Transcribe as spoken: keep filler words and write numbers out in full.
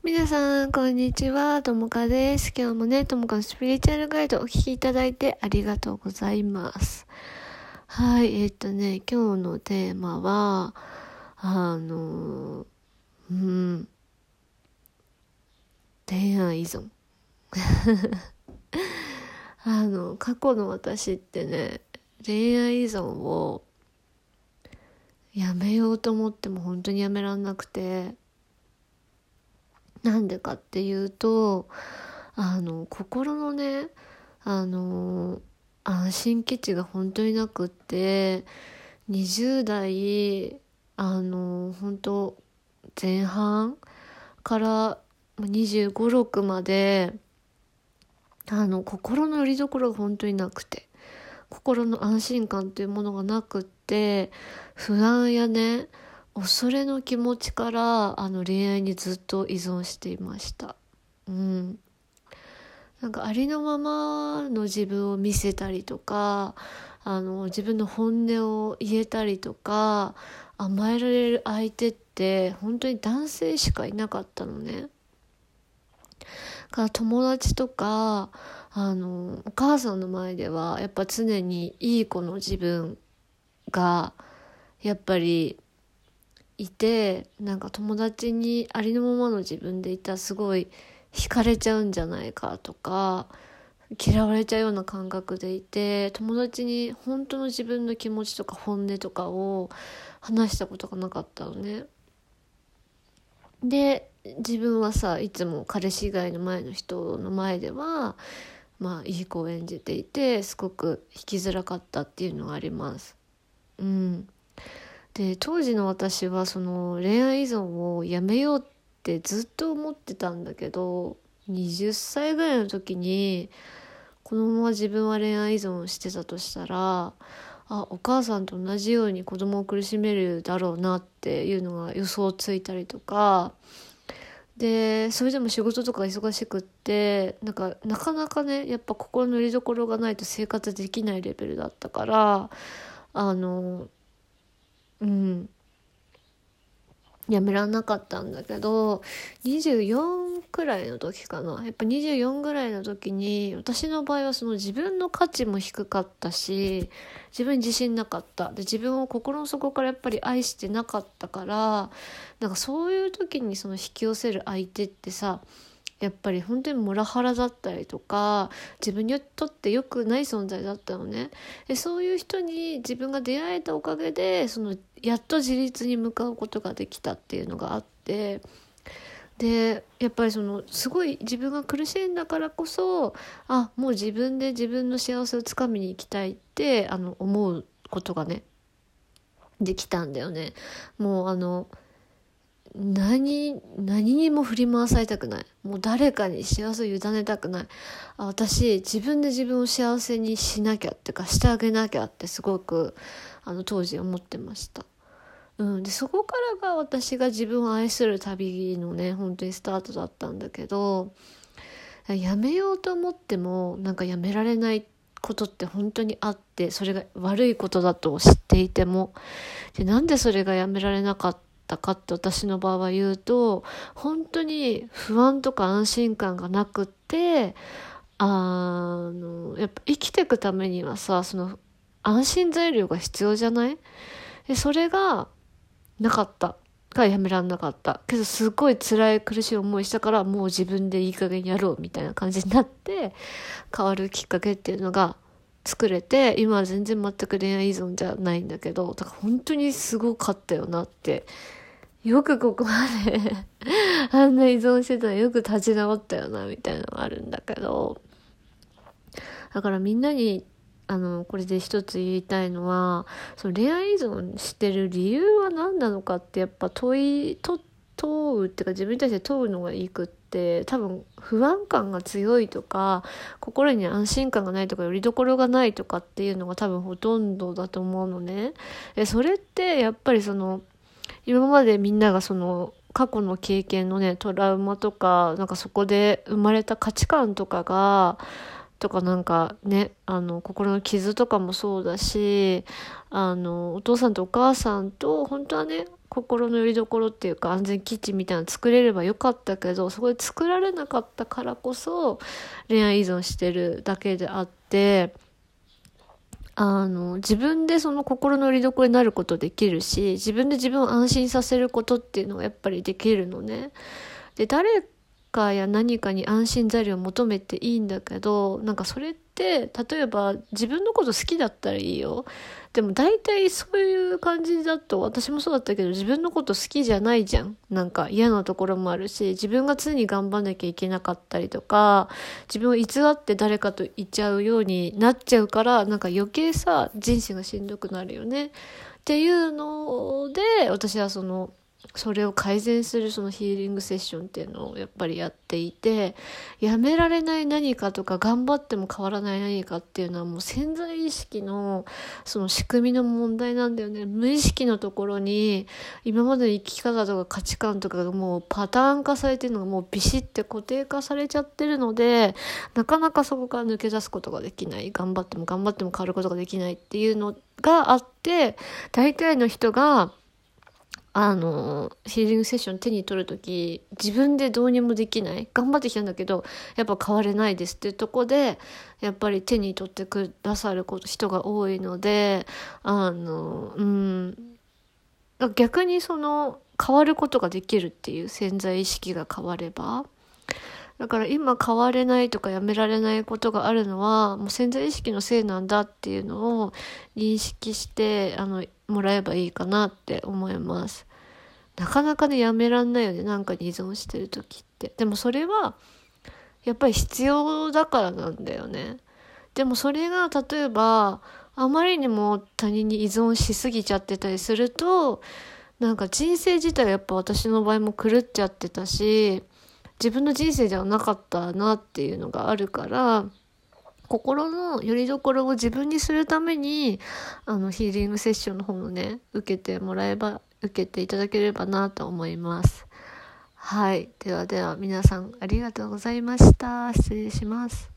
皆さん、こんにちは。ともかです。今日もね、ともかのスピリチュアルガイドお聞きいただいてありがとうございます。はい、えっとね、今日のテーマは、あの、うん、恋愛依存。あの、過去の私ってね、恋愛依存をやめようと思っても本当にやめらんなくて、なんでかっていうと、あの心のねあの安心基地が本当になくって、にじゅう代あの本当前半からにじゅうご、ろくまであの心の拠り所が本当になくて、心の安心感というものがなくって、不安やね恐れの気持ちからあの恋愛にずっと依存していました。うんなんかありのままの自分を見せたりとか、あの自分の本音を言えたりとか甘えられる相手って本当に男性しかいなかったのね。から友達とかあのお母さんの前ではやっぱ常にいい子の自分がやっぱりいて、なんか友達にありのままの自分でいたらすごい惹かれちゃうんじゃないかとか嫌われちゃうような感覚でいて、友達に本当の自分の気持ちとか本音とかを話したことがなかったのね。で自分はさいつも彼氏以外の前の人の前ではまあいい子を演じていて、すごく生きづらかったっていうのがあります。うんで当時の私はその恋愛依存をやめようってずっと思ってたんだけど、はたちぐらいの時にこのまま自分は恋愛依存してたとしたら、あお母さんと同じように子供を苦しめるだろうなっていうのが予想ついたりとかで、それでも仕事とか忙しくってなんかなかなかねやっぱ心の拠り所がないと生活できないレベルだったから、あのうんやめらんなかったんだけど、にじゅうよんくらいの時かな、やっぱにじゅうよんぐらいの時に私の場合はその自分の価値も低かったし自分に自信なかった。で自分を心の底からやっぱり愛してなかったから、なんかそういう時にその引き寄せる相手ってさやっぱり本当にモラハラだったりとか自分にとって良くない存在だったのね。でそういう人に自分が出会えたおかげでそのやっと自立に向かうことができたっていうのがあって、でやっぱりそのすごい自分が苦しんだからこそ、あもう自分で自分の幸せをつかみに行きたいってあの思うことがねできたんだよね。もうあの何何にも振り回されたくない、もう誰かに幸せを委ねたくない。あ私自分で自分を幸せにしなきゃってかしてあげなきゃってすごくあの当時思ってました。うん、でそこからが私が自分を愛する旅のね本当にスタートだったんだけど、やめようと思ってもなんかやめられないことって本当にあって、それが悪いことだと知っていても、でなんでそれがやめられなかったかって私の場合は言うと、本当に不安とか安心感がなくって、あのやっぱ生きていくためにはさその安心材料が必要じゃない。でそれがなかったからやめらんなかったけど、すごい辛い苦しい思いしたからもう自分でいい加減やろうみたいな感じになって変わるきっかけっていうのが作れて、今は全然全く恋愛依存じゃないんだけど、だから本当にすごかったよなって、よくここまであんな依存してたらよく立ち直ったよなみたいなのがあるんだけど、だからみんなにあのこれで一つ言いたいのは、その恋愛依存してる理由は何なのかってやっぱ問いと問うっていうか自分に対して問うのがいいくって、多分不安感が強いとか心に安心感がないとか拠り所がないとかっていうのが多分ほとんどだと思うのね。えそれってやっぱりその今までみんながその過去の経験のねトラウマとかなんかそこで生まれた価値観とかがとかなんかねあの心の傷とかもそうだし、あのお父さんとお母さんと本当はね心の拠り所っていうか安全基地みたいなの作れればよかったけど、そこで作られなかったからこそ恋愛依存してるだけであって、あの自分でその心の拠り所になることできるし、自分で自分を安心させることっていうのがやっぱりできるのね。で、誰かや何かに安心材料を求めていいんだけど、なんかそれって例えば自分のこと好きだったらいいよ。でも大体そういう感じだと、私もそうだったけど、自分のこと好きじゃないじゃん。なんか嫌なところもあるし、自分が常に頑張んなきゃいけなかったりとか、自分を偽って誰かと言っちゃうようになっちゃうから、なんか余計さ人生がしんどくなるよねっていうので、私はそのそれを改善するそのヒーリングセッションっていうのをやっぱりやっていて、やめられない何かとか頑張っても変わらない何かっていうのはもう潜在意識のその仕組みの問題なんだよね。無意識のところに今までの生き方とか価値観とかがもうパターン化されてるのがもうビシッて固定化されちゃってるので、なかなかそこから抜け出すことができない、頑張っても頑張っても変わることができないっていうのがあって、大体の人があのヒーリングセッション手に取るとき、自分でどうにもできない、頑張ってきたんだけどやっぱ変われないですっていうところで、やっぱり手に取ってくださる人が多いので、あのうん逆にその変わることができるっていう潜在意識が変われば、だから今変われないとかやめられないことがあるのはもう潜在意識のせいなんだっていうのを認識してあのもらえばいいかなって思います。なかなかねやめらんないよね、なんかに依存してる時って。でもそれはやっぱり必要だからなんだよね。でもそれが例えばあまりにも他人に依存しすぎちゃってたりすると、なんか人生自体がやっぱ私の場合も狂っちゃってたし、自分の人生ではなかったなっていうのがあるから、心の拠り所を自分にするためにあのヒーリングセッションの方をね受けてもらえば受けていただければなと思います。はい、ではでは皆さんありがとうございました。失礼します。